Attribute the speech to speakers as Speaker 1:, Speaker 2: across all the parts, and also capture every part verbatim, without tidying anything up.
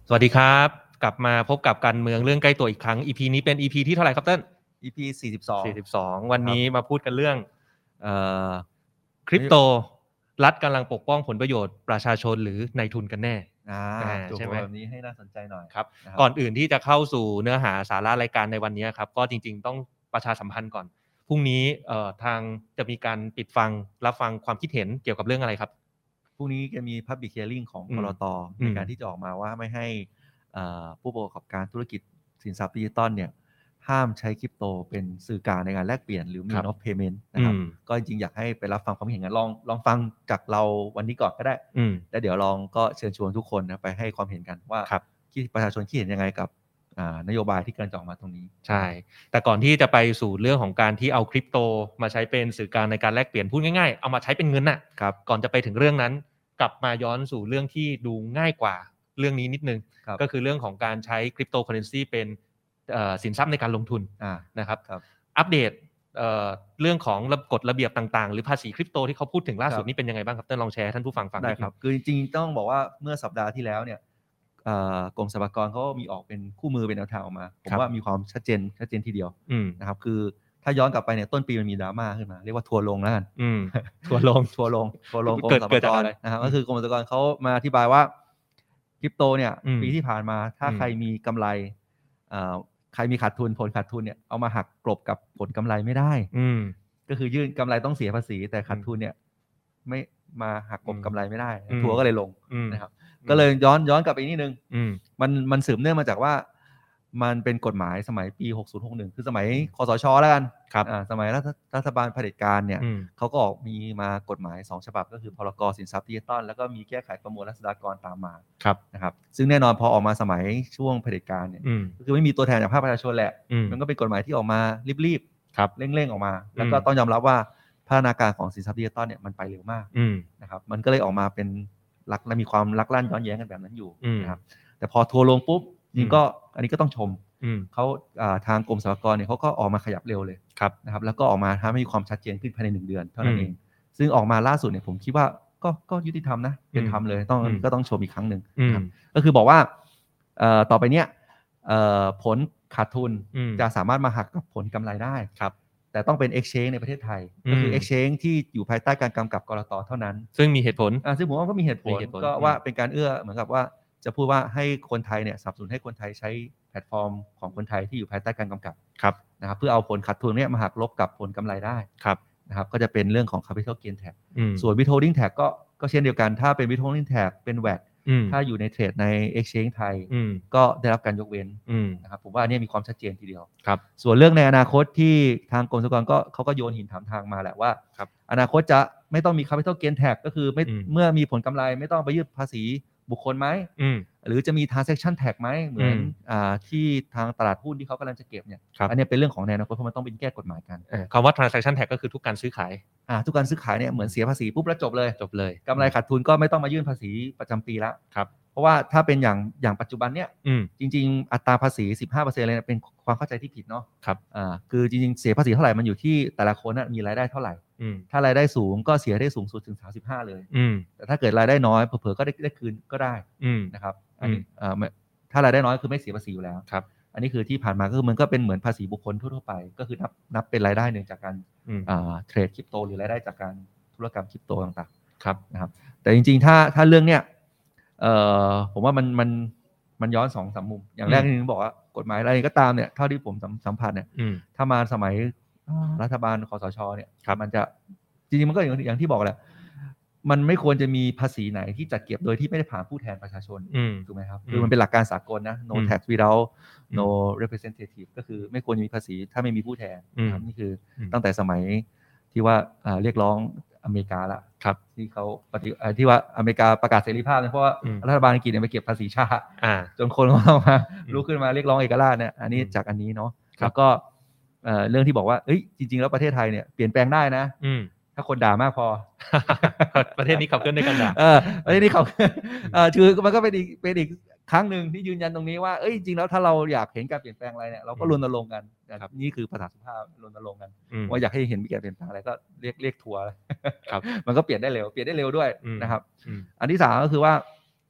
Speaker 1: สวัสดีครับกลับมาพบกับการเมืองเรื่องใกล้ตัวอีกครั้ง อี พี นี้เป็น อี พี ที่เท่าไหร่ครับเติ้ล
Speaker 2: อี พี สี่สิบสอง
Speaker 1: สี่สิบสองวันนี้มาพูดกันเรื่องเอ่อคริปโตรัฐกำลังปกป้องผลประโยชน์ประชาชนหรือนายทุนกันแน่
Speaker 2: อ่า
Speaker 1: ใช่ไหม
Speaker 2: แบบนี้ให้น่าสนใจหน่อย
Speaker 1: ครับก่อนอื่นที่จะเข้าสู่เนื้อหาสาระรายการในวันนี้ครับก็จริงๆต้องประชาสัมพันธ์ก่อนพรุ่งนี้เอ่อทางจะมีการปิดฟังรับฟังความคิดเห็นเกี่ยวกับเรื่องอะไรครับ
Speaker 2: พรุ่งนี้จะมี Public Hearing ของกลต.ในการที่จะออกมาว่าไม่ให้ผู้ประกอบการธุรกิจสินทรัพย์ดิจิตอลเนี่ยห้ามใช้คริปโตเป็นสื่อกลางในการแลกเปลี่ยนหรือ means of payment นะครับก็จริงๆอยากให้ไปรับฟังความเห็นกันลองลองฟังจากเราวันนี้ก่อนก็ได้แล้วเดี๋ยวลองก็เชิญชวนทุกคนนะไปให้ความเห็นกันว่าประชาชนคิดเห็นยังไงกับนโยบายที่กำลังจะออกมาตรงนี้
Speaker 1: ใช่แต่ก่อนที่จะไปสู่เรื่องของการที่เอาคริปโตมาใช้เป็นสื่อกลางในการแลกเปลี่ยนพูดง่ายๆเอามาใช้เป็นเงินน่ะก่อนจะไปถึงเรื่องนั้นกลับมาย้อนสู่เรื่องที่ดูง่ายกว่าเรื่องนี้นิดนึงก็คือเรื่องของการใช้คริปโตเคอเรนซีเป็นสินทรัพย์ในการลงทุนนะครับอัปเดตเรื่องของกฎระเบียบต่างๆหรือภาษีคริปโตที่เขาพูดถึงล่าสุดนี้เป็นยังไงบ้างครับเต้ลองแชร์ท่านผู้ฟังฟัง
Speaker 2: ได้ครับคือจริงๆต้องบอกว่าเมื่อสัปดาห์ที่แล้วเนี่ยกรมสรรพากรเขามีออกเป็นคู่มือเป็นแนวทางออกมาผมว่ามีความชัดเจนชัดเจนทีเดียวนะครับคือถ้าย้อนกลับไปเนี่ยต้นปีมันมีดราม่าขึ้นมาเรียกว่าทัวร์ลงแล้วกัน
Speaker 1: ทัวร์ลง
Speaker 2: ทัวร์ลงทัวร์ลงกรมสรรพากรนะครับก็คือกรมสรรพากรเขามาอธิบายว่าคริปโตเนี่ยปีที่ผ่านมาถ้าใครมีกำไรใครมีขาดทุนผลขาดทุนเนี่ยเอามาหักกลบกับผลกำไรไม่ได้ก็คือยื่นกำไรต้องเสียภาษีแต่ขาดทุนเนี่ยไม่มาหักกลบกำไรไม่ได้ทัวร์ก็เลยลงนะครับก็เลยย้อนย้อนกลับไปนิดนึงมันมันสืบเนื่องมาจากว่ามันเป็นกฎหมายสมัยปีหกศูนย์หกหนึ่งคือสมัยคสช.แล้วกันสมัยรัฐบาลเผด็จการเนี่ยเขาก็ออกมีมากฎหมายสองฉบับก็คือพรก.สินทรัพย์ดิจิตอลแล้วก็มีแก้ไขประมวลรัษฎากรตามมานะครับซึ่งแน่นอนพอออกมาสมัยช่วงเผด็จการเนี่ยก็คือไม่มีตัวแทนจากภาคประชาชนแหละมันก็เป็นกฎหมายที่ออกมารีบๆเร่งๆออกมาแล้วก็ต้องยอมรับว่าพัฒนาการของสินทรัพย์ดิจิตอลเนี่ยมันไปเร็วมากนะครับมันก็เลยออกมาเป็นลักและมีความลักลั่นย้อนแย้งกันแบบนั้นอยู่นะครับแต่พอทัวร์ลงปุ๊บนี่ก็อันนี้ก็ต้องชมเขาทางกรมสรรพากรเนี่ยเขาก็ออกมาขยับเร็วเลยนะครับแล้วก็ออกมาทำให้มีความชัดเจนขึ้นภายในหนึ่งเดือนเท่านั้นเองซึ่งออกมาล่าสุดเนี่ยผมคิดว่าก็ก็ยุติธรรมนะเป็นธรรมเลยต้องก็ต้องชมอีกครั้งหนึ่งนะครับก็คือบอกว่าต่อไปเนี้ยผลขาดทุนจะสามารถมาหักกับผลกำไรได้แต่ต้องเป็น exchange ในประเทศไทยก็คือ exchange ที่อยู่ภายใต้การกำกับกลต.เท่านั้น
Speaker 1: ซึ่งมีเหตุผล
Speaker 2: ซึ่งผมว่าก็มีเหตุผลก็ว่าเป็นการเอื้อเหมือนกับว่าจะพูดว่าให้คนไทยเนี่ยสนับสนุนให้คนไทยใช้แพลตฟอร์มของคนไทยที่อยู่ภายใต้การกำกับนะครับเพื่อเอาผลขาดทุนเนี่ยมาหักลบกับผลกำไรได้นะครับก็จะเป็นเรื่องของ capital gain tax ส่วน withholding tax ก็ก็เช่นเดียวกันถ้าเป็น withholding tax เป็น แวต ถ้าอยู่ในเทรดใน exchange ไทยก็ได้รับการยกเว้นนะครับผมว่าอันนี้มีความชัดเจนทีเดียวส่วนเรื่องในอนาคตที่ทางกรมสรรพากรก็เขาก็โยนหินถามทางมาแหละว่าอนาคตจะไม่ต้องมี capital gain tax ก็คือไม่เมื่อมีผลกำไรไม่ต้องไปยื่นภาษีบุคคลไหมหรือจะมี transaction tax ไหมเหมือนอ่าที่ทางตลาดหุ้นที่เขากำลังจะเก็บเนี่ยอันนี้เป็นเรื่องของในอนาคตเพราะมันต้องเป็นแก้กฎหมายกัน
Speaker 1: คำว่า transaction tax ก็คือทุกการซื้อขาย
Speaker 2: อ่าทุกการซื้อขายเนี่ยเหมือนเสียภาษีปุ๊บแล้วจบเลยจบเลยกำไรขาดทุนก็ไม่ต้องมายื่นภาษีประจำปีแล้วครับเพราะว่าถ้าเป็นอย่างอย่างปัจจุบันเนี่ยจริงๆอัตราภาษี สิบห้าเปอร์เซ็นต์ เลยเป็นความเข้าใจที่ผิดเนาะครับอ่าคือจริงๆเสียภาษีเท่าไหร่มันอยู่ที่แต่ละคนนะมีรายได้เท่าไหร่ถ้ารายได้สูงก็เสียได้สูงสุดถึงสามสิบห้าเลยแต่ถ้าเกิดรายได้น้อยเผลอๆก็ได้ได้คืนก็ได้นะครับอันนี้อ่าถ้ารายได้น้อยคือไม่เสียภาษีอยู่แล้วครับอันนี้คือที่ผ่านมาก็คือมันก็เป็นเหมือนภาษีบุคคลทั่วๆไปก็คือนับนับเป็นรายได้หนึ่งจากการอ่าเทรดคริปโตหรือรายได้จากการธุรกรรมคริปโตต่างๆครับนะครับแต่จริงๆถ้าถ้าเรื่องเนี้ยเอ่อผมว่ามันมันมันย้อนสองสามมุมอย่างแรกที่ผมบอกว่ากฎหมายอะไรก็ตามเนี่ยเท่าที่ผมสัมผัสเนี่ยถ้ามาสมัยรัฐบาลคสช.เนี่ยมันจะจริงๆมันก็อย่างอย่างที่บอกแหละมันไม่ควรจะมีภาษีไหนที่จัดเก็บโดยที่ไม่ได้ผ่านผู้แทนประชาชนถูกไหมครับคือมันเป็นหลักการสากลนะ no tax without no representative ก็คือไม่ควรจะมีภาษีถ้าไม่มีผู้แทนครับนี่คือตั้งแต่สมัยที่ว่าเรียกร้องอเมริกาละครับที่เขาปฏิที่ว่าอเมริกาประกาศเสรีภาพเพราะว่ารัฐบาลอังกฤษเนี่ยไปเก็บภาษีชาติจนคนเขามาลุกขึ้นมาเรียกร้องเอกราชเนี่ยอันนี้จากอันนี้เนาะแล้วก็เรื่องที่บอกว่าเอ้ยจริงๆแล้วประเทศไทยเนี่ยเปลี่ยนแปลงได้นะถ้าคนด่ามากพอ
Speaker 1: ประเทศนี้ขับเคลื่อนด้วยกันด่า
Speaker 2: เออประเทศนี้ขับเออคือมันก็เป็นอีกเป็นอีกครั้งหนึ่งที่ยืนยันตรงนี้ว่าเอ้ยจริงๆแล้วถ้าเราอยากเห็นการเปลี่ยนแปลงอะไรเนี่ยเราก็รณรงค์กันนะครับนี่คือภาษาสุภาพรณรงค์กันว่าอยากให้เห็นมีการเปลี่ยนแปลงอะไรก็เรียกเรียกทัวร์ครับมันก็เปลี่ยนได้เร็วเปลี่ยนได้เร็วด้วยนะครับอันที่สามก็คือว่า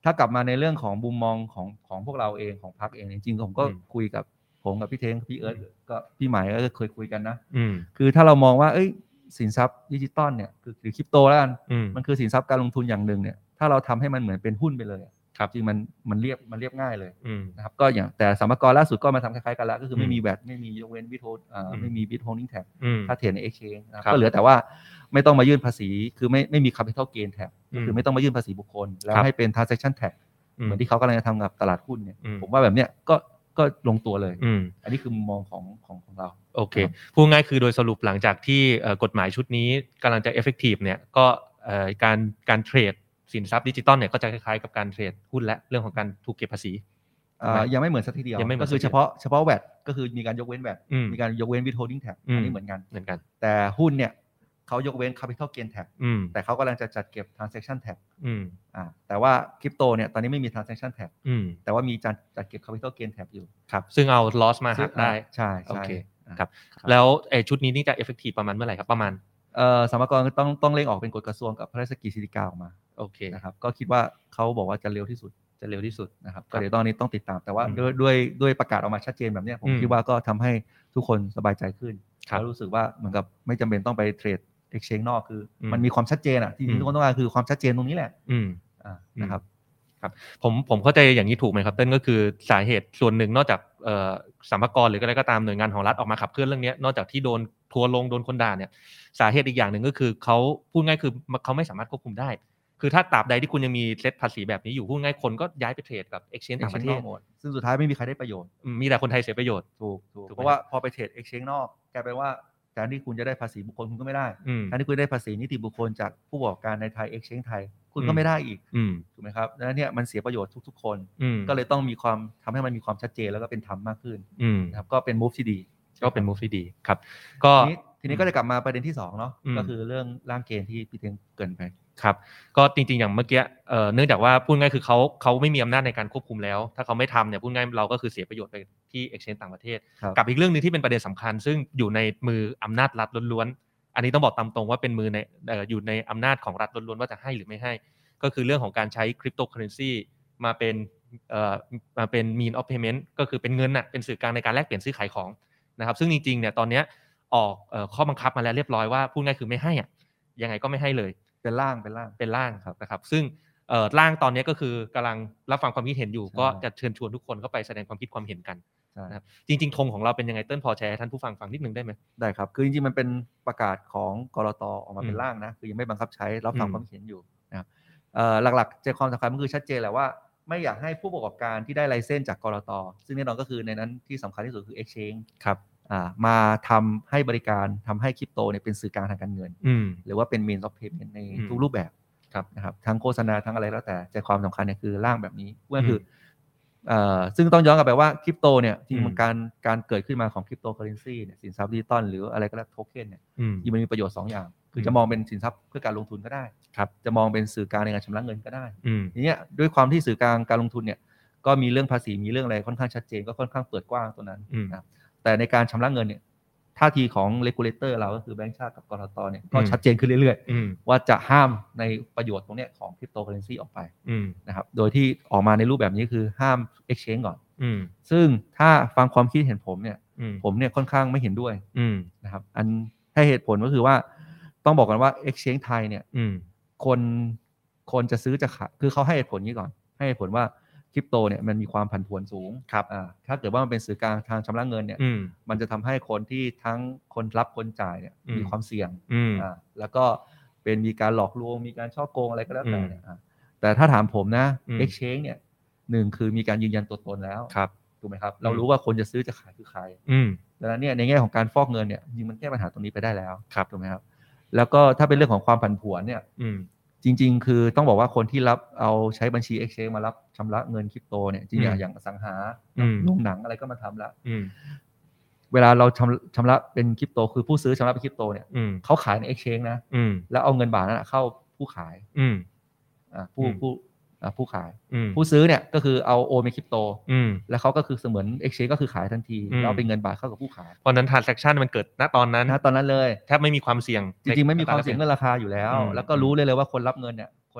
Speaker 2: ถ้ากลับมาในเรื่องของมุมมองของของพวกเราเองของพรรคเองจริงๆผมก็คุยกับผมกับพี่เท้งพี่เอิร์ธก็พี่หมายก็เคยคุยกันนะคือถ้าเรามองว่าเอ้ยสินทรัพย์ดิจิตอลเนี่ยคือหรือคริปโตแล้วกันมันคือสินทรัพย์การลงทุนอย่างหนึ่งเนี่ยถ้าเราทำให้มันเหมือนเป็นหุ้นไปเลยจริงมันมันเรียบมันเรียบง่ายเลยนะครับก็อย่างแต่สรรพากรล่าสุดก็มาทำคล้ายๆกันแล้วก็คือไม่มีแวตไม่มียกเว้นวิทโฮไม่มีวิทโฮลดิ้งแท็กถ้าเทรดใน exchange ก็เหลือแต่ว่าไม่ต้องมายื่นภาษีคือไม่ไม่มี capital gain tax คือไม่ต้องมายื่นภาษีบุคคลแล้วให้เป็น transaction tax เหมือนที่เขากำลังจะทำกับตลาดหุ้นเนี่ยผมว่าแบบเนี้ยก็ก็ลงตัวเลยอันนี้คือมุมมองของของของเรา
Speaker 1: โอเคพูดง่ายคือโดยสรุปหลังจากที่กฎหมายชุดนี้กำลังจะ effective เนี่ยก็การการเทรดสินทรัพย์ดิจิตอลเนี่ยก็จะคล้ายๆกับการเทรดหุ้นและเรื่องของการถูกเก็บภาษี
Speaker 2: ยังไม่เหมือนสักทีเดียวก็คือเฉพาะเฉพาะแวตก็คือมีการยกเว้นแวตมีการยกเว้น withholding tax อันนี้เหมือนกัน
Speaker 1: เหมือนกัน
Speaker 2: แต่หุ้นเนี่ยเขายกเว้น capital gain tax แต่เขากำลังจะจัดเก็บ transaction tax อ่าแต่ว่าคริปโตเนี่ยตอนนี้ไม่มี transaction tax แต่ว่ามีจัดจัดเก็บ capital gain tax อยู่
Speaker 1: ครับซึ่งเอา loss มาหักได้
Speaker 2: ใช่
Speaker 1: โอเคครับแล้วไอ้ชุดนี้นี่จะ effective ประมาณเมื่อไหร่ครับประมาณ
Speaker 2: เอ่อสรรพากรต้องต้องเร่งออกเป็นกฎกระทรวงกับพระราชกฤษฎีกาออกมา
Speaker 1: โอเค
Speaker 2: นะครับก็คิดว่าเขาบอกว่าจะเร็วที่สุด
Speaker 1: จะเร็วที่สุด
Speaker 2: นะครับก็เดี๋ยวตอนนี้ต้องติดตามแต่ว่าด้วยด้วยด้วยประกาศออกมาชัดเจนแบบนี้ผมคิดว่าก็ทำให้ทุกคนสบายใจขึ้นแล้วรู้สึกว่าเหมือนกับไม่จำเป็นต้องไปเทรด exchange นอกคือมันมีความชัดเจนอ่ะที่ทุกคนต้องการคือความชัดเจนตรงนี้แหละอ่านะครับ
Speaker 1: ครับผมผมเข้าใจอย่างนี้ถูกไหมครับเต้นก็คือสาเหตุส่วนหนึ่งนอกจากเอ่อสรรพากรหรืออะไรก็ตามหน่วยงานของรัฐออกมาขับเคลื่อนเรื่องนี้นอกจากที่โดนทัวร์ลงโดนคนด่าเนี่ยสาเหตุอีกอย่างหนึ่งก็คือเขาพูดง่ายคือเขาไม่สามารถควบคุมได้คือถ้าตราบใดที่คุณยังมีเซตภาษีแบบนี้อยู่พูดง่ายคนก็ย้ายไปเทรดกับ exchange ต่างประเทศ
Speaker 2: หมดซึ่งสุดท้ายไม่มีใครได้ประโยชน์
Speaker 1: มีแต่คนไทยเสียประโยชน์
Speaker 2: ถูกถูกเพราะว่าพอไปเทรด exchange นอกกลายเป็นว่าแทนที่คุณจะได้ภาษีบุคคลคุณก็ไม่ได้แทนที่คุณได้ภาษีนิติบุคคลจากผู้ประกอบการในไทย exchange ไทยคุณก็ไม่ได้อีกถูกไหมครับดังนั้นเนี่ยมันเสียประโยชน์ทุกๆคนก็เลยต้องมีความทำให้มันมีความชัดเจนแล้วก็เป็นธรรมมากขึ้นนะครับก็เป็น move ที่ดี
Speaker 1: ก็เป็น move ที่ดีครับก็
Speaker 2: ทีนี้ก็จะกลับมาประเด็นที่สองเนาะก็คือเรื่องร่างเกณฑ์ที่พี่เทียงเกริ่นไป
Speaker 1: ครับก็จริงๆอย่างเมื่อกี้เอ่อเนื่องจากว่าพูดง่ายคือเขาเขาไม่มีอำนาจในการควบคุมแล้วถ้าเขาไม่ทำเนี่ยพูดง่ายเราก็คือเสียประโยชน์ไปที่ exchange ต่างประเทศกับอีกเรื่องนึงที่เป็นประเด็นสำคัญซึ่งอยู่ในมืออำนาจรัฐล้วนๆอันนี้ต้องบอกตามตรงว่าเป็นมือในเอ่ออยู่ในอำนาจของรัฐล้วนๆว่าจะให้หรือไม่ให้ก็คือเรื่องของการใช้ cryptocurrency มาเป็นเอ่อมาเป็น mean of payment ก็คือเป็นเงินน่ะเป็นสื่อกลางในการแลกเปลี่ยนซื้อขายของนะครับซึ่งจริงๆเนี่ยตอนเนี้ยออกเอ่อข้อบังคับมาแล้วเรียบร้อยว่าพูดง่ายคือไม่ให้อ่ะยังไงก็ไม่ให้เลย
Speaker 2: เป็นร่างเป็นร่าง
Speaker 1: เป็นร่างครับนะครับซึ่งเอ่อร่างตอนนี้ก็คือกำลังรับฟังความคิดเห็นอยู่ก็จะเชิญชวนทุกคนเข้าไปแสดงความคิดความเห็นกันนะครับจริงๆธงของเราเป็นยังไงเติ้ลพอแชร์ให้ท่านผู้ฟังฟังนิดนึงได้ไหม
Speaker 2: ได้ครับคือจริงๆมันเป็นประกาศของกลต.ออกมาเป็นร่างนะคือยังไม่บังคับใช้รับฟังความคิดเห็นอยู่นะครับเอ่อหลักๆใจความสำคัญก็คือชัดเจนแหละว่าไม่อยากให้ผู้ประกอบการที่ได้ไลเซนส์จากกลต.ซึ่งแน่นอนก็คือในนั้นที่สำคัญที่สุดคือ exchange
Speaker 1: ครับ
Speaker 2: มาทำให้บริการทำให้คริปโตเนี่ยเป็นสื่อกลางทางการเงินหรือว่าเป็น means of payment ในทุกรูปแบบนะครับทั้งโฆษณาทั้งอะไรแล้วแต่ใจความสำคัญเนี่ยคือร่างแบบนี้ก็คือซึ่งต้องย้อนกลับไปว่าคริปโตเนี่ยที่มันการการเกิดขึ้นมาของคริปโตเคอเรนซีเนี่ยสินทรัพย์ดิจิตอลหรืออะไรก็แล้วโทเค็นเนี่ยมันมีประโยชน์สองอย่างคือจะมองเป็นสินทรัพย์เพื่อการลงทุนก็ได้จะมองเป็นสื่อกลางในการชำระเงินก็ได้ทีนี้ด้วยความที่สื่อกลางการลงทุนเนี่ยก็มีเรื่องภาษีมีเรื่องอะไรค่อนข้างชัดเจนก็ค่อนข้างเปิดกว้างตัวนั้นนะแต่ในการชำระเงินเนี่ยท่าทีของ regulator เราก็คือแบงก์ชาติกับกลต.เนี่ยก็ชัดเจนขึ้นเรื่อยๆว่าจะห้ามในประโยชน์ตรงนี้ของคริปโตเคอเรนซีออกไปนะครับโดยที่ออกมาในรูปแบบนี้คือห้าม exchange ก่อนซึ่งถ้าฟังความคิดเห็นผมเนี่ยผมเนี่ยค่อนข้างไม่เห็นด้วยนะครับอันให้เหตุผลก็คือว่าต้องบอกกันว่า exchange ไทยเนี่ยคนคนจะซื้อจะขายคือเขาให้เหตุผลนี้ก่อนให้เหตุผลว่าคริปโตเนี่ยมันมีความผันผวนสูง
Speaker 1: ครับ
Speaker 2: อ่าถ้าเกิดว่ามันเป็นสื่อกลางทางชำระเงินเนี่ยมันจะทำให้คนที่ทั้งคนรับคนจ่ายเนี่ยมีความเสี่ยงอ่าแล้วก็เป็นมีการหลอกลวงมีการฉ้อโกงอะไรก็แล้วแต่เนี่ยแต่ถ้าถามผมนะ exchange เนี่ยหนึ่งคือมีการยืนยันตัวตนแล้วถูกไหมครับเรารู้ว่าคนจะซื้อจะขายคือใครดังนั้นเนี่ยในแง่ของการฟอกเงินเนี่ยจริงมันแก้ปัญหาตรงนี้ไปได้แล้วถูกไหมครับแล้วก็ถ้าเป็นเรื่องของความผันผวนเนี่ยจริงๆคือต้องบอกว่าคนที่รับเอาใช้บัญชี exchange มารับชำระเงินคริปโตเนี่ยจริงๆอย่างอสังหาโรงหนังอะไรก็มาทำละเวลาเราชำชำระเป็นคริปโตคือผู้ซื้อชำระเป็นคริปโตเนี่ยเขาขายใน exchange นะแล้วเอาเงินบาทนั้นเข้าผู้ขายผู้ผู้ผู้ขายผู้ซื้อเนี่ยก็คือเอาโอนเป็นคริปโตแล้วเขาก็คือเสมือน exchange ก็คือขายทันทีแล้วเป็นเงินบาทเข้ากับผู้ขาย
Speaker 1: เพราะนั้น transaction มันเกิดณตอนนั้น
Speaker 2: ณตอนนั้นเลย
Speaker 1: แทบไม่มีความเสี่ยง
Speaker 2: จริงๆไม่มีความเสี่ยงเงินราคาอยู่แล้วแล้วก็รู้เลยเลยว่าคนรับเงินเนี่ยคนรับ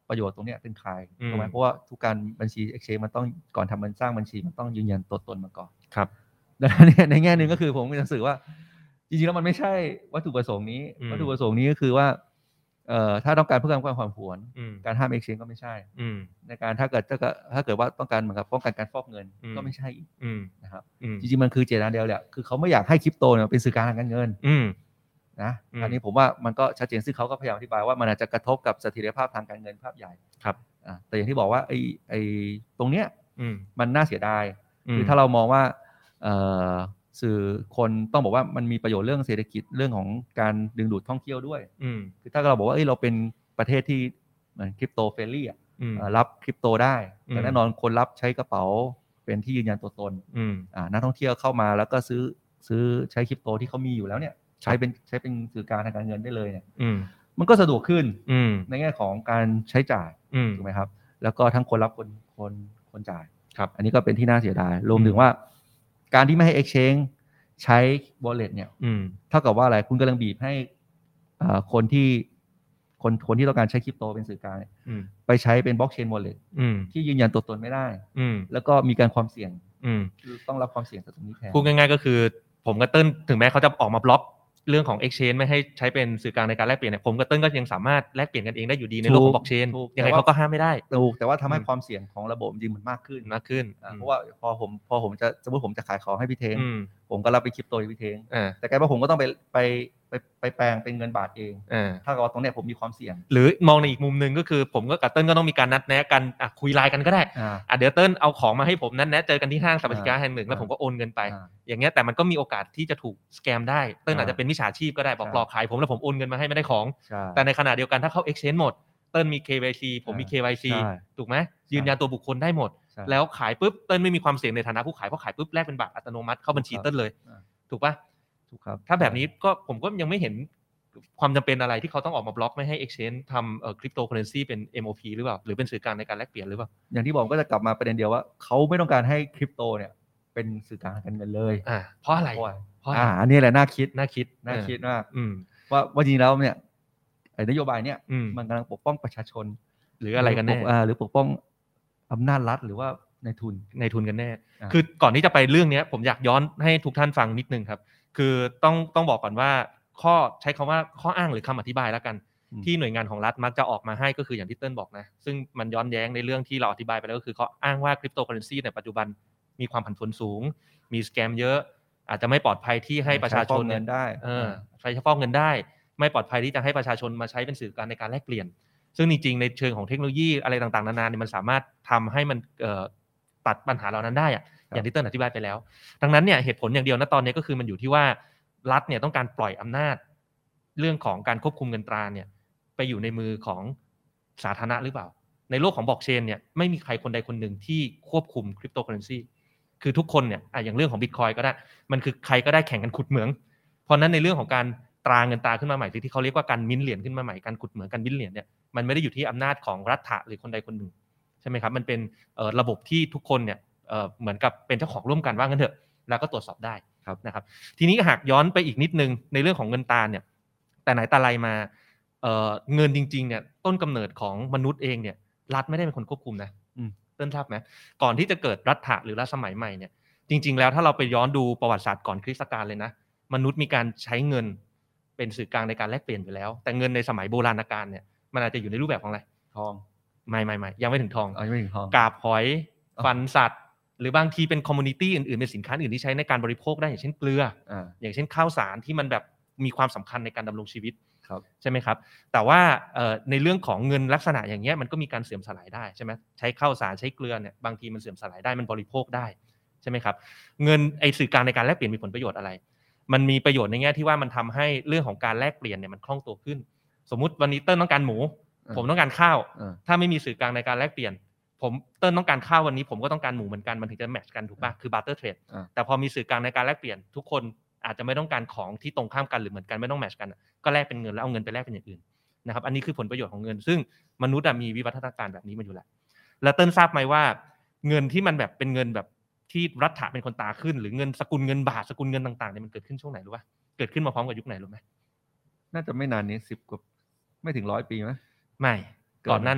Speaker 2: ประโยชน์ตรงนี้เป็นใครถูกไหมเพราะว่าทุกการบัญชี exchange มันต้องก่อนทำมันสร้างบัญชีมันต้องยืนยันตัวตนมาก่อน
Speaker 1: ครับ
Speaker 2: ดังนั้นเนี่ยในแง่นึงก็คือผมรู้สึกว่าจริงๆแล้วมันไม่ใช่วัตถุประสงค์นี้วัตถุประสงค์นี้ก็คือว่าเอ่อถ้าต้องการเพื่อความความผวนการห้าม exchange ก็ไม่ใช่ในการถ้าเกิดถ้าเกิดถ้าเกิดว่าต้องการเหมือนกับป้องกันการฟอกเงินก็ไม่ใช่อีกนะครับจริงๆมันคือเจตนาเดียวแหละคือเขาไม่อยากให้คริปโตเนี่ยเป็นสื่อกลางทางการเงินนะอันนี้ผมว่ามันก็ชัดเจนซึ่งเขาก็พยายามอธิบายว่ามันอาจจะกระทบกับเสถียรภาพทางการเงินภาพใหญ่
Speaker 1: ครับ
Speaker 2: แต่อย่างที่บอกว่าไอ้ไอ้ตรงเนี้ยมันน่าเสียดายคือถ้าเรามองว่าสื่อคนต้องบอกว่ามันมีประโยชน์เรื่องเศรษฐกิจเรื่องของการดึงดูดท่องเที่ยวด้วยคือถ้าเราบอกว่าเอ้ยเราเป็นประเทศที่เหมือนคริปโตเฟรนลี่อ่ะรับคริปโตได้แต่แน่นอนคนรับใช้กระเป๋าเป็นที่ยืนยันตัวตนนักท่องเที่ยวเข้ามาแล้วก็ซื้อซื้อใช้คริปโตที่เขามีอยู่แล้วเนี่ยใช้เป็นใช้เป็นสื่อกลางทางการเงินได้เลยเนี่ยมันก็สะดวกขึ้นในแง่ของการใช้จ่ายถูกไหมครับแล้วก็ทั้งคนรับคนคนคนจ่ายอันนี้ก็เป็นที่น่าเสียดายรวมถึงว่าการที่ไม่ให้ exchange ใช้ wallet เนี่ยเท่ากับว่าอะไรคุณกำลังบีบให้คนที่คนคนที่ต้องการใช้คริปโตเป็นสื่อกลางไปใช้เป็น blockchain wallet ที่ยืนยันตัวตนไม่ได้แล้วก็มีการความเสี่ยงต้องรับความเสี่ยงจากตรงนี้แทน
Speaker 1: พูดง่ายๆก็คือผมกับเติ้ลถึงแม้เขาจะออกมาบล็อกเรื่องของ exchange ไม่ให้ใช้เป็นสื่อกลางในการแลกเปลี่ยนเนี่ยผมกับเติ้ลก็ยังสามารถแลกเปลี่ยนกันเองได้อยู่ดีในโลกของ blockchain ยังไงเขาก็ห้ามไม่ได้
Speaker 2: ถูกแต่ว่าทำให้ความเสี่ยงของระบบจริงมันมากขึ้น
Speaker 1: มากขึ้น
Speaker 2: เพราะว่าพอผมพอผมจะสมมติผมจะขายของให้พี่เทงผมก็รับไปคริปโตพี่เทงแต่กลายเป็นว่าผมก็ต้องไปไปไปไปแปลงเป็นเงินบาทเองถ้าเกิดว่าตรงเนี้ยผมมีความเสี่ยง
Speaker 1: หรือมองในอีกมุมนึงก็คือผมก็กับเติ้ลก็ต้องมีการนัดแนะกันอ่ะคุยไลน์กันก็ได้อ่ะเดี๋ยวเติ้ลเอาของมาให้ผมนัดแนะเจอกันที่ห้างสรรพสินค้าแห่งหนึ่งแล้วผมก็โอนเงินไปอย่างเงี้ยแต่มันก็มีโอกาสที่จะถูกสแกมได้เติ้ลอาจจะเป็นมิจฉาชีพก็ได้บอกหลอกขายผมแล้วผมโอนเงินมาให้ไม่ได้ของแต่ในขณะเดียวกันถ้าเข้า exchange หมดเติ้ลมี เค วาย ซี ผมมี เค วาย ซี ถูกไหมยืนยันตัวบุคคลได้หมดแล้วขายปุ๊บเติ้ลไม่มีความเสี่ยงในฐานะผู้ขายเพราะขายปุ๊บแลกเป็นบาทอัตโนมัติเข้าบัญชีเติ้ลเลยถูกป่ะ
Speaker 2: ถูกครับ
Speaker 1: ถ้าแบบนี้ก็ผมก็ยังไม่เห็นความจำเป็นอะไรที่เขาต้องออกมาบล็อกไม่ให้ exchange ทำเอ่อ cryptocurrency เป็น เอ็ม โอ พี หรือเปล่าหรือเป็นสื่อกลางในการแลกเปลี่ยนหรือเปล่า
Speaker 2: อย่างที่บอกก็จะกลับมาประเด็นเดียวว่าเขาไม่ต้องการให้คริปโตเนี่ยเป็นสื่อกลางทางการเงินเลย
Speaker 1: อ่าเพราะอะไร
Speaker 2: เพราะอ่าอันนี้แหละน่าคิด
Speaker 1: น่าคิด
Speaker 2: น่าคิดมากว่าว่าจริงแล้วเนี่ยไอ้นโยบายเนี่ยมันกำลังปกป้องประชาชน
Speaker 1: หรืออะไรกันแน่
Speaker 2: หรือปกป้องอำนาจรัฐหรือว่าในทุน
Speaker 1: ในทุนกันแน่คือก่อนที่จะไปเรื่องนี้ผมอยากย้อนให้ทุกท่านฟังนิดนึงครับคือต้องต้องบอกก่อนว่าข้อใช้คำว่าข้ออ้างหรือคำอธิบายแล้วกันที่หน่วยงานของรัฐมักจะออกมาให้ก็คืออย่างที่เติ้ลบอกนะซึ่งมันย้อนแย้งในเรื่องที่เราอธิบายไปแล้วก็คือเขาอ้างว่าคริปโตเคอเรนซีในปัจจุบันมีความผันผวนสูงมีสแกมเยอะอาจจะไม่ปลอดภัยที่ให้ประชาชน
Speaker 2: เงินได้
Speaker 1: เออใช้ฟอกเงินได้ไม่ปลอดภัยที่จะให้ประชาชนมาใช้เป็นสื่อกลางในการแลกเปลี่ยนซึ่งจริงๆในเชิงของเทคโนโลยีอะไรต่างๆนานาเนี่ยมันสามารถทำให้มันเอ่อตัดปัญหาเหล่านั้นได้อะอย่างที่เติ้ลอธิบายไปแล้วดังนั้นเนี่ยเหตุผลอย่างเดียวนะตอนนี้ก็คือมันอยู่ที่ว่ารัฐเนี่ยต้องการปล่อยอำนาจเรื่องของการควบคุมเงินตราเนี่ยไปอยู่ในมือของสาธารณะหรือเปล่าในโลกของบล็อกเชนเนี่ยไม่มีใครคนใดคนหนึ่งที่ควบคุมคริปโตเคอเรนซีคือทุกคนเนี่ยอ่ะอย่างเรื่องของ Bitcoin ก็ได้มันคือใครก็ได้แข่งกันขุดเหมืองเพราะนั้นในเรื่องของการตราเงินตราขึ้นมาใหม่ที่เขาเรียกว่าการมิ้นเหรียญขึ้นมาใหม่การขุดเหมืองการมิ้นเหรียญเนี่ยมันไม่ได้อยู่ที่อำนาจของรัฐะหรือคนใดคนหนึ่งใช่ไหมครับมันเป็นระบบที่ทุกคนเนี่ยเหมือนกับเป็นเจ้าของร่วมกันว่างั้นเถอะแล้วก็ตรวจสอบได้นะครับทีนี้หากย้อนไปอีกนิดนึงในเรื่องของเงินตราเนี่ยแต่ไหนแต่ไรมา เอ่อเงินจริงๆเนี่ยต้นกำเนิดของมนุษย์เองเนี่ยรัฐไม่ได้เป็นคนควบคุมนะเติ้ลทราบไหมก่อนที่จะเกิดรัฐะหรือรัฐสมัยใหม่เนี่ยจริงๆแล้วถ้าเราไปย้อนดูประวัติศาสตร์ก่อนคริสตกาลเลยนะมนุษย์มีการใช้เงินเป็นสื่อกลางในการแลกเปลี่ยนอยู่แล้วแต่เงินในสมัยโบราณกาลเนี่ยมันอาจจะอยู่ในรูปแบบของอะไร
Speaker 2: ทอง
Speaker 1: ไม่ไม่ไม่ยังไม่ถึงทอง
Speaker 2: ยังไม่ถึงทอง
Speaker 1: กาบหอยฟันสัตว์หรือบางทีเป็นคอมมูนิตี้อื่นๆเป็นสินค้าอื่นที่ใช้ในการบริโภคได้อย่างเช่นเกลืออย่างเช่นข้าวสารที่มันแบบมีความสำคัญในการดำรงชีวิตใช่ไหมครับแต่ว่าในเรื่องของเงินลักษณะอย่างเงี้ยมันก็มีการเสื่อมสลายได้ใช่ไหมใช้ข้าวสารใช้เกลือเนี่ยบางทีมันเสื่อมสลายได้มันบริโภคได้ใช่ไหมครับเงินไอสื่อกลางในการแลกเปลี่ยนมีผลประโยชน์อะไรมันมีประโยชน์ในแง่ที่ว่ามันทำให้เรื่องของการแลกเปลี่ยนเนี่ยมันคล่องตัวขึ้นสมมุติวันนี้เติ้ลต้องการหมูผมต้องการข้าวถ้าไม่มีสื่อกลางในการแลกเปลี่ยนผมเติ้ลต้องการข้าววันนี้ผมก็ต้องการหมูเหมือนกันมันถึงจะแมทช์กันถูกป่ะคือ barter trade แต่พอมีสื่อกลางในการแลกเปลี่ยนทุกคนอาจจะไม่ต้องการของที่ตรงข้ามกันหรือเหมือนกันไม่ต้องแมทช์กันก็แลกเป็นเงินแล้วเอาเงินไปแลกเป็นอย่างอื่นนะครับอันนี้คือผลประโยชน์ของเงินซึ่งมนุษย์มีวิวัฒนาการแบบนี้มาอยู่แล้วแล้วเติ้ลทราบไหมว่าเงินที่มันแบบเป็นเงินแบบที่รัฐะเป็นคนตาขึ้นหรือเงินสกุลเงินบาทสกุลเงินต่างๆเนี่ยมันเกิดขึ้นช่วงไหนรู้ป่ะเกิดขึ้นมาพร้อมกับยุคไหนรู้ไหม
Speaker 2: น่าจะไม่นานนี้สิบกว่าไม่ถึงร้อยปีไหม
Speaker 1: ไม่ก่อนหน้านั้นอีก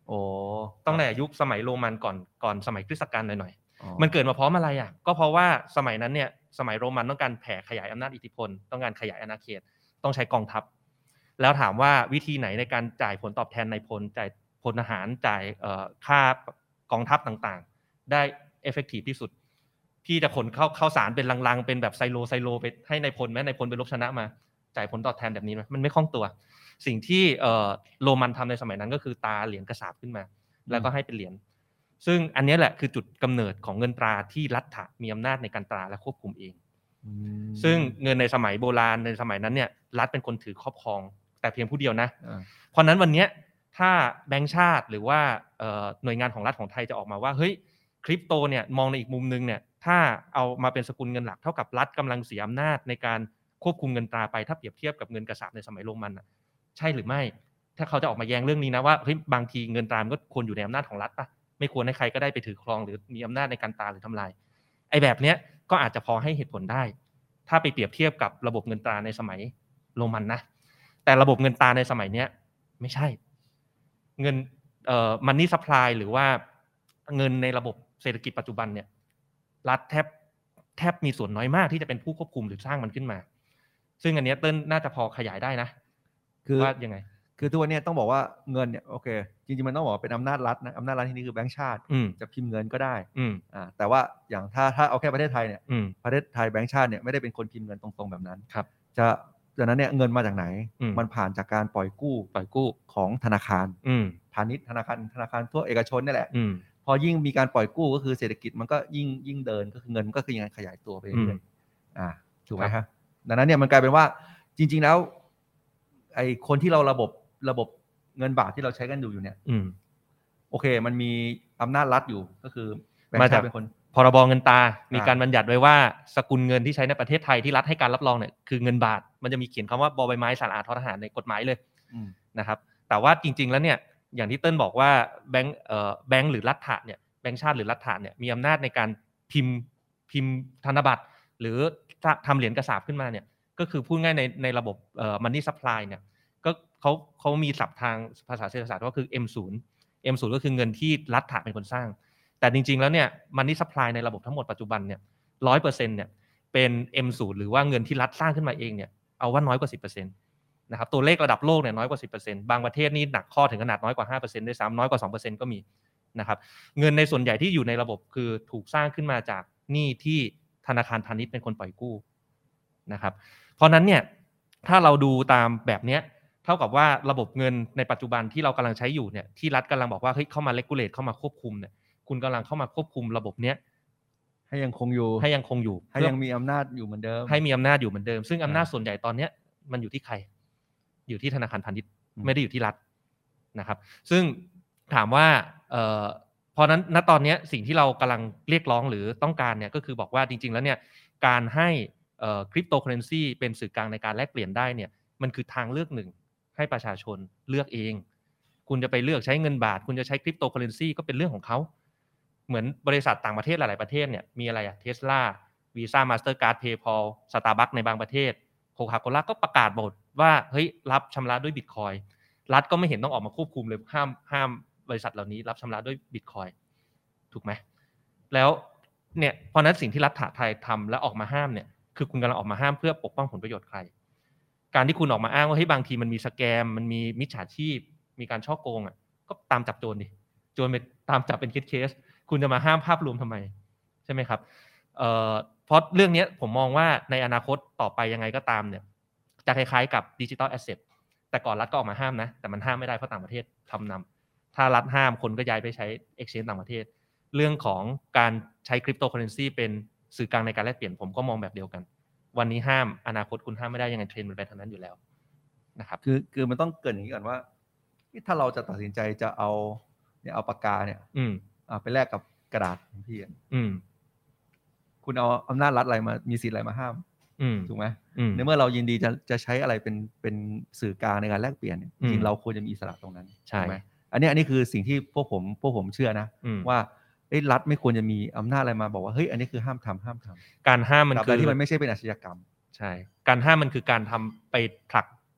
Speaker 2: โอ้
Speaker 1: ตั้งแต่ยุคสมัยโรมันก่อนก่อนสมัยคริสตกาลหน่อยๆมันเกิดมาพร้อมอะไรอ่ะก็เพราะว่าสมัยนั้นเนี่ยสมัยโรมันต้องการแผ่ขยายอำนาจอิทธิพลต้องการขยายอาณาเขตต้องใช้กองทัพแล้วถามว่าวิธีไหนในการจ่ายผลตอบแทนในพลจ่ายพลทหารจ่ายค่ากองทัพต่างๆได้เอฟเฟกตีฟที่สุดพี่จะขนเข้าเข้าสารเป็นลังๆเป็นแบบไซโลไซโลไปให้ในพลไหมในพลไปรบชนะมาจ่ายผลตอบแทนแบบนี้ไหมมันไม่คล่องตัวสิ่งที่โรมันทำในสมัยนั้นก็คือตาเหรียญกระสาบขึ้นมาแล้วก็ให้เป็นเหรียญซึ่งอันนี้แหละคือจุดกำเนิดของเงินตราที่รัฐมีอำนาจในการตราและควบคุมเองซึ่งเงินในสมัยโบราณในสมัยนั้นเนี่ยรัฐเป็นคนถือครอบครองแต่เพียงผู้เดียวนะเพราะนั้นวันนี้ถ้าแบงก์ชาติหรือว่าหน่วยงานของรัฐของไทยจะออกมาว่าเฮ้ยคริปโตเนี่ยมองในอีกมุมนึงเนี่ยถ้าเอามาเป็นสกุลเงินหลักเท่ากับรัฐกำลังเสียอำนาจในการควบคุมเงินตราไปถ้าเปรียบเทียบกับเงินกระสาบในสมัยโรมันอ่ะใช่หรือไม่ถ้าเขาจะออกมาแย้งเรื่องนี้นะว่าเฮ้ยบางทีเงินตรามันก็ควรอยู่ในอำนาจของรัฐป่ะไม่ควรให้ใครก็ได้ไปถือครองหรือมีอำนาจในการตราหรือทำลายไอ้แบบเนี้ยก็อาจจะพอให้เหตุผลได้ถ้าไปเปรียบเทียบกับระบบเงินตราในสมัยโรมันนะแต่ระบบเงินตราในสมัยเนี้ยไม่ใช่เงินเอ่อมันนี่ซัพพลายหรือว่าเงินในระบบเศรษฐกิจปัจจุบันเนี่ยรัฐแทบแทบมีส่วนน้อยมากที่จะเป็นผู้ควบคุมหรือสร้างมันขึ้นมาซึ่งอันนี้เติ้ลน่าจะพอขยายได้นะคือว่ายังไง
Speaker 2: คือทุกวันนี้ต้องบอกว่าเงินเนี่ยโอเคจริงๆมันต้องบอกเป็นอำนาจรัฐนะอำนาจรัฐที่นี่คือแบงก์ชาติจะพิมพ์เงินก็ได้อ่าแต่ว่าอย่างถ้าถ้าเอาแค่ประเทศไทยเนี่ยประเทศไทยแบงก์ชาติเนี่ยไม่ได้เป็นคนพิมพ์เงินตรงๆแบบนั้น
Speaker 1: ครับ
Speaker 2: จะดังนั้นเนี่ยเงินมาจากไหนมันผ่านจากการปล่อยกู้
Speaker 1: ปล่อยกู้
Speaker 2: ของธนาคารพาณิชย์ธนาคารธนาคารทั่วเอกชนนี่แหละพอยิ่งมีการปล่อยกู้ก็คือเศรษฐกิจมันก็ยิ่งยิ่งเดินก็คือเงินก็คือยังขยายตัวไปเรื่อยๆอ่าถูกไหมครับดังนั้นเนี่ยมันกลายเป็นว่าจริงๆแล้วไอ้คนที่เราระบบระบบเงินบาทที่เราใช้กันอยู่อยู่เนี่ยโอเคมันมีอำนาจรัฐอยู่ก็คือ
Speaker 1: มาจากเป็นคนพรบเงินตรามีการบัญญัติไว้ว่าสกุลเงินที่ใช้ในประเทศไทยที่รัฐให้การรับรองเนี่ยคือเงินบาทมันจะมีเขียนคำว่าบอใบไม้สระอาทอทหารในกฎหมายเลยนะครับแต่ว่าจริงๆแล้วเนี่ยอย่างที่เติ้ลบอกว่าแบงก์เอ่อแบงก์หรือรัฐะเนี่ยแบงก์ชาติหรือรัฐะเนี่ยมีอำนาจในการพิมพ์พิมพ์ธนบัตรหรือทำเหรียญกระสาบขึ้นมาเนี่ยก็คือพูดง่ายในในระบบเอ่อ money supply เนี่ยก็เขาเขามีศัพท์ทางภาษาเศรษฐศาสตร์ก็คือ เอ็ม ศูนย์ เอ็ม ศูนย์ ก็คือเงินที่รัฐะเป็นคนสร้างแต่จริงๆแล้วเนี่ย money supply ในระบบทั้งหมดปัจจุบันเนี่ย ร้อยเปอร์เซ็นต์ เนี่ยเป็น เอ็ม ศูนย์ หรือว่าเงินที่รัฐสร้างขึ้นมาเองเนี่ยเอาว่าน้อยกว่า สิบเปอร์เซ็นต์ นะครับตัวเลขระดับโลกเนี่ยน้อยกว่า สิบเปอร์เซ็นต์ บางประเทศนี่หนักข้อถึงขนาดน้อยกว่า ห้าเปอร์เซ็นต์ ด้วยซ้ำน้อยกว่า สองเปอร์เซ็นต์ ก็มีนะครับเงินในส่วนใหญ่ที่อยู่ในระบบคือถูกสร้างขึ้นมาจากหนี้ที่ธนาคารพาณิชย์เป็นคนปล่อยกู้นะครับเพราะนั้นเนี่ยถ้าเราดูตามแบบเนี้ยเท่ากับว่าระบบเงินในปัจจุบันที่เรากำลังใช้อยู่เนี่ยที่รัฐกำลังบอกว่าเฮ้ยเข้ามา regulate เข้ามาควบคุมเนี่ยคุณกำลังเข้ามาควบคุมระบบเนี้ย
Speaker 2: ให้ยังคงอยู่
Speaker 1: ให้ยังคงอยู่
Speaker 2: ให้ยังมีอำนาจอยู่เหมือนเดิม
Speaker 1: ให้มีอำนาจอยู่เหมือนเดิมซึ่งอำนาจส่วนใหญ่ตอนเนี้ยมันอยู่ที่ใครอยู่ที่ธนาคารพาณิชย์ไม่ได้อยู่ที่รัฐนะครับซึ่งถามว่าเอ่อเพราะนั้นณตอนนี้สิ่งที่เรากำลังเรียกร้องหรือต้องการเนี่ยก็คือบอกว่าจริงๆแล้วเนี่ยการให้เอ่อคริปโตเคอเรนซีเป็นสื่อกลางในการแลกเปลี่ยนได้เนี่ยมันคือทางเลือกหนึ่งให้ประชาชนเลือกเองคุณจะไปเลือกใช้เงินบาทคุณจะใช้คริปโตเคอเรนซีก็เป็นเรื่องของเขาเหมือนบริษัทต่างประเทศหลายๆประเทศเนี่ยมีอะไรอะ Tesla Visa Mastercard PayPal Starbucks ในบางประเทศ Coca-Cola ก็ประกาศบทว่าเฮ้ยรับชำระด้วย Bitcoin รัฐก็ไม่เห็นต้องออกมาควบคุมเลยห้ามห้ามบริษัทเหล่านี้รับชำระด้วย Bitcoin ถูกไหมแล้วเนี่ยเพราะนั้นสิ่งที่รัฐไทยทำและออกมาห้ามเนี่ยคือคุณกำลังออกมาห้ามเพื่อปกป้องผลประโยชน์ใครการที่คุณออกมาอ้างว่าเฮ้ยบางทีมันมีสแกมมันมีมิจฉาชีพมีการฉ้อโกงอ่ะก็ตามจับโจรดิโจรไปตามจับเป็นเคสๆคุณจะมาห้ามภาพรวมทำไมใช่ไหมครับเอ่อเพราะเรื่องนี้ผมมองว่าในอนาคตต่อไปยังไงก็ตามเนี่ยจะคล้ายๆกับดิจิทัลแอสเซทแต่ก่อนรัฐก็ออกมาห้ามนะแต่มันห้ามไม่ได้เพราะต่างประเทศทำนำถ้ารัฐห้ามคนก็ย้ายไปใช้ exchange ต่างประเทศเรื่องของการใช้คริปโตเคอเรนซีเป็นสื่อกลางในการแลกเปลี่ยนผมก็มองแบบเดียวกันวันนี้ห้ามอนาคตคุณห้ามไม่ได้ยังไงเทรนด์มันไปทางนั้นอยู่แล้วนะครับ
Speaker 2: คือคือมันต้องเกิดอย่างนี้ก่อนว่าถ้าเราจะตัดสินใจจะเอาเนี่ยเอาปากกาเนี่ย
Speaker 1: อืม
Speaker 2: อ่าไปแลกกับกระดาษของพี่
Speaker 1: อืม
Speaker 2: คุณเอาอำนาจรัฐอะไรมามีสิทธิ์อะไรมาห้ามถูกไหมในเมื่อเรายินดีจะจะใช้อะไรเป็นเป็นสื่อกลางในการแลกเปลี่ยนจริงเราควรจะมีอิสระตรงนั้น
Speaker 1: ใช่
Speaker 2: ไหมอันนี้อันนี้คือสิ่งที่พวกผมพวกผมเชื่อนะว่ารัฐไม่ควรจะมีอำนาจอะไรมาบอกว่าเฮ้ยอันนี้คือห้ามทำห้ามทำ
Speaker 1: การห้ามมันคือ
Speaker 2: ที่มันไม่ใช่เป็นอาชญากรรม
Speaker 1: ใช่การห้ามมันคือการทำไปผลัก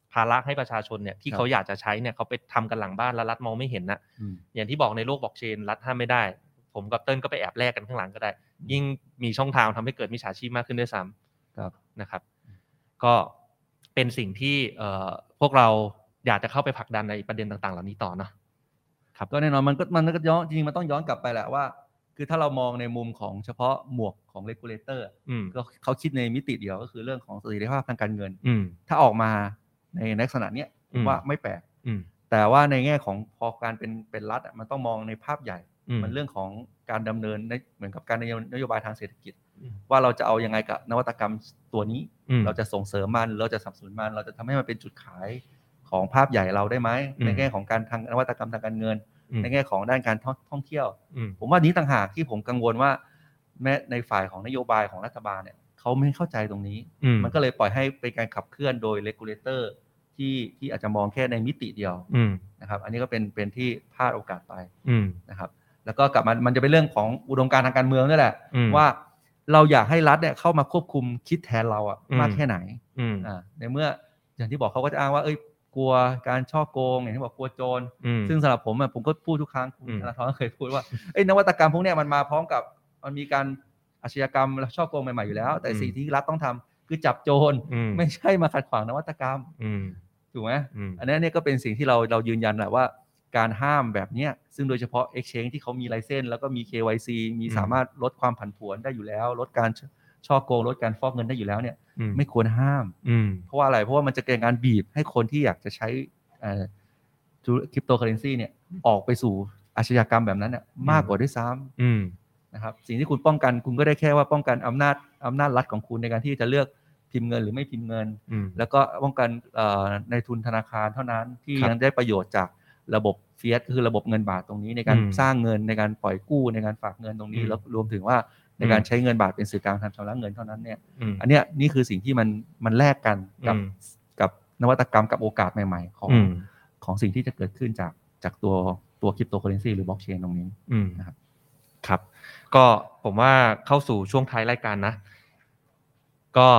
Speaker 1: ภาระให้ประชาชนเนี่ยที่เขาอยากจะใช้เนี่ยเขาไปทำกันหลังบ้านแล้วรัฐมองไม่เห็นนะอย่างที่บอกในโลกบล็อกเชนรัฐห้ามไม่ได้ผมกับเติ้ลก็ไปแอบแลกกันข้างหลังก็ได้ยิ่งมีช่องทางทำให้เกิดมิจฉาชีพมากขึ้นด้วยซ้ำนะครับก็เป็นสิ่งที่พวกเราอยากจะเข้าไปผลักดันในประเด็นต่างๆเหล่านี้ต่อเนาะ
Speaker 2: ครับก็แน่นอนมันก็มันก็ย้อนจริงๆมันต้องย้อนกลับไปแหละว่าคือถ้าเรามองในมุมของเฉพาะหมวกของ regulator ก็เขาคิดในมิติเดียวก็คือเรื่องของเสถียรภาพทางการเงินถ้าออกมาในลักษณะเนี้ยว่าไม่แปลกแต่ว่าในแง่ของพอการเป็นเป็นรัฐมันต้องมองในภาพใหญ่มันเรื่องของการดำเนินเหมือนกับการนโยบายทางเศรษฐกิจว่าเราจะเอายังไงกับนวัตกรรมตัวนี้เราจะส่งเสริมมันเราจะสนับสนุนมันเราจะทำให้มันเป็นจุดขายของภาพใหญ่เราได้ไหมในแง่ของการทางนวัตกรรมทางการเงินในแง่ของด้านการท่องเที่ยวผมว่านี้ต่างหากที่ผมกังวลว่าแม้ในฝ่ายของนโยบายของรัฐบาลเนี่ยเขาไม่เข้าใจตรงนี้มันก็เลยปล่อยให้เป็นการขับเคลื่อนโดย regulator ที่ที่อาจจะมองแค่ในมิติเดียวนะครับอันนี้ก็เป็นเป็นที่พลาดโอกาสไปนะครับแล้วก็กลับมามันจะเป็นเรื่องของอุดมการณ์ทางการเมืองนี่แหละว่าเราอยากให้รัฐเนี่ยเข้ามาควบคุมคิดแทนเราอะมากแค่ไหนอ่าในเมื่ออย่างที่บอกเขาก็จะอ้างว่าเอ้ยกลัวการช่อโกงอย่างที่บอกกลัวโจรซึ่งสำหรับผมอะผมก็พูดทุกครั้งคุณธนาธรก็เคยพูดว่าเอ้ยนวัตกรรมพวกเนี้ยมันมาพร้อมกับมันมีการอาชญากรรมและช่อโกงใหม่ๆอยู่แล้วแต่สิ่งที่รัฐต้องทำคือจับโจรไม่ใช่มาขัดขวางนวัตกรรมถูกไหมอันนี้เนี่ยก็เป็นสิ่งที่เราเรายืนยันแหละว่าการห้ามแบบนี้ซึ่งโดยเฉพาะ exchange ที่เขามีไลเซนส์แล้วก็มี เค วาย ซี มีสามารถลดความผันผวนได้อยู่แล้วลดการช่อโกงลดการฟอกเงินได้อยู่แล้วเนี่ยไม่ควรห้ามเพราะว่าอะไรเพราะว่ามันจะเกิดการบีบให้คนที่อยากจะใช้คริปโตเคอเรนซีเนี่ยออกไปสู่อาชญากรรมแบบนั้นเนี่ยมากกว่าด้วยซ้ำนะครับสิ่งที่คุณป้องกันคุณก็ได้แค่ว่าป้องกันอำนาจอำนาจรัฐของคุณในการที่จะเลือกพิมพ์เงินหรือไม่พิมพ์เงินแล้วก็ป้องกันในทุนธนาคารเท่านั้นที่ยังได้ประโยชน์จากระบบเฟียสคือระบบเงินบาทตรงนี้ในการสร้างเงินในการปล่อยกู้ในการฝากเงินตรงนี้แล้วรวมถึงว่าในการใช้เงินบาทเป็นสื่อกลางทำชำระเงินเท่านั้นเนี่ยอันเนี้ยนี่คือสิ่งที่มันมันแลกกันกับกับนวัตกรรมกับโอกาสใหม่ๆของของสิ่งที่จะเกิดขึ้นจากจากตัวตัวคริปโตเคอเรนซีหรือบล็อกเชนตรงนี้นะครับ
Speaker 1: ครับก็ผมว่าเข้าสู่ช่วงท้ายรายการนะก็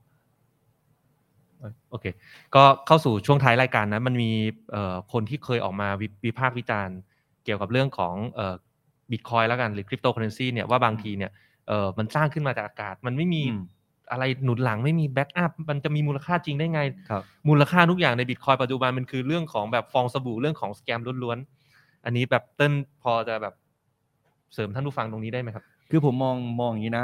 Speaker 1: โอเคก็เข้าสู่ช่วงท้ายรายการนะมันมีคนที่เคยออกมาวิพากษ์วิจารณ์เกี่ยวกับเรื่องของบิตคอยน์แล้วกันหรือคริปโตเคอเรนซีเนี่ยว่าบางทีเนี่ยมันสร้างขึ้นมาจากอากาศมันไม่มีอะไรหนุนหลังไม่มีแบ็กอัพมันจะมีมูลค่าจริงได้ไงมูลค่าทุกอย่างในบิตคอยน์ปัจจุบันมันคือเรื่องของแบบฟองสบู่เรื่องของสแกมล้วนๆอันนี้แบบเติ้ลพอจะแบบเสริมท่านผู้ฟังตรงนี้ได้ไหมครับ
Speaker 2: คือผมมองมองอย่างนี้นะ